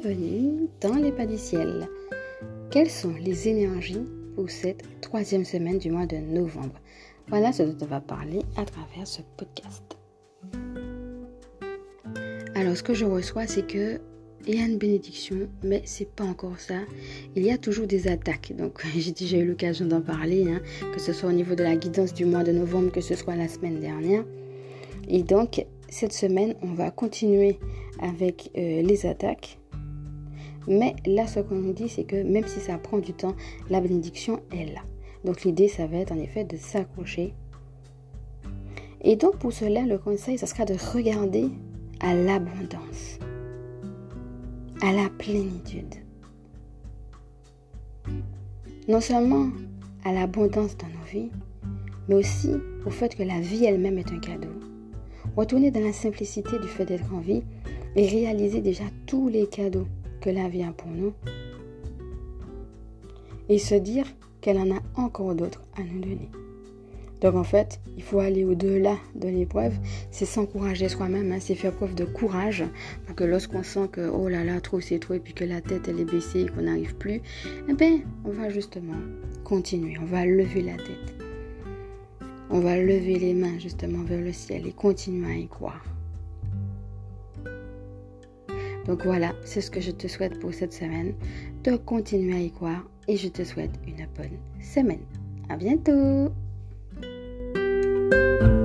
Bienvenue dans les pas du ciel. Quelles sont les énergies pour cette 3e semaine du mois de novembre? Voilà ce dont on va parler à travers ce podcast. Alors, ce que je reçois, c'est que il y a une bénédiction, mais c'est pas encore ça. Il y a toujours des attaques. Donc, j'ai déjà eu l'occasion d'en parler, que ce soit au niveau de la guidance du mois de novembre, que ce soit la semaine dernière. Et donc, cette semaine, on va continuer avec les attaques. Mais là, ce qu'on nous dit, c'est que même si ça prend du temps, la bénédiction est là. Donc, l'idée, ça va être en effet de s'accrocher. Et donc, pour cela, le conseil, ça sera de regarder à l'abondance, à la plénitude. Non seulement à l'abondance dans nos vies, mais aussi au fait que la vie elle-même est un cadeau. Retourner dans la simplicité du fait d'être en vie et réaliser déjà tous les cadeaux que la vie a pour nous et se dire qu'elle en a encore d'autres à nous donner. Donc en fait, il faut aller au-delà de l'épreuve, c'est s'encourager soi-même, c'est faire preuve de courage pour que lorsqu'on sent que oh là là, trop c'est trop et puis que la tête elle est baissée et qu'on n'arrive plus, on va justement continuer, on va lever la tête. On va lever les mains justement vers le ciel et continuer à y croire. Donc voilà, c'est ce que je te souhaite pour cette semaine, de continuer à y croire et je te souhaite une bonne semaine. À bientôt!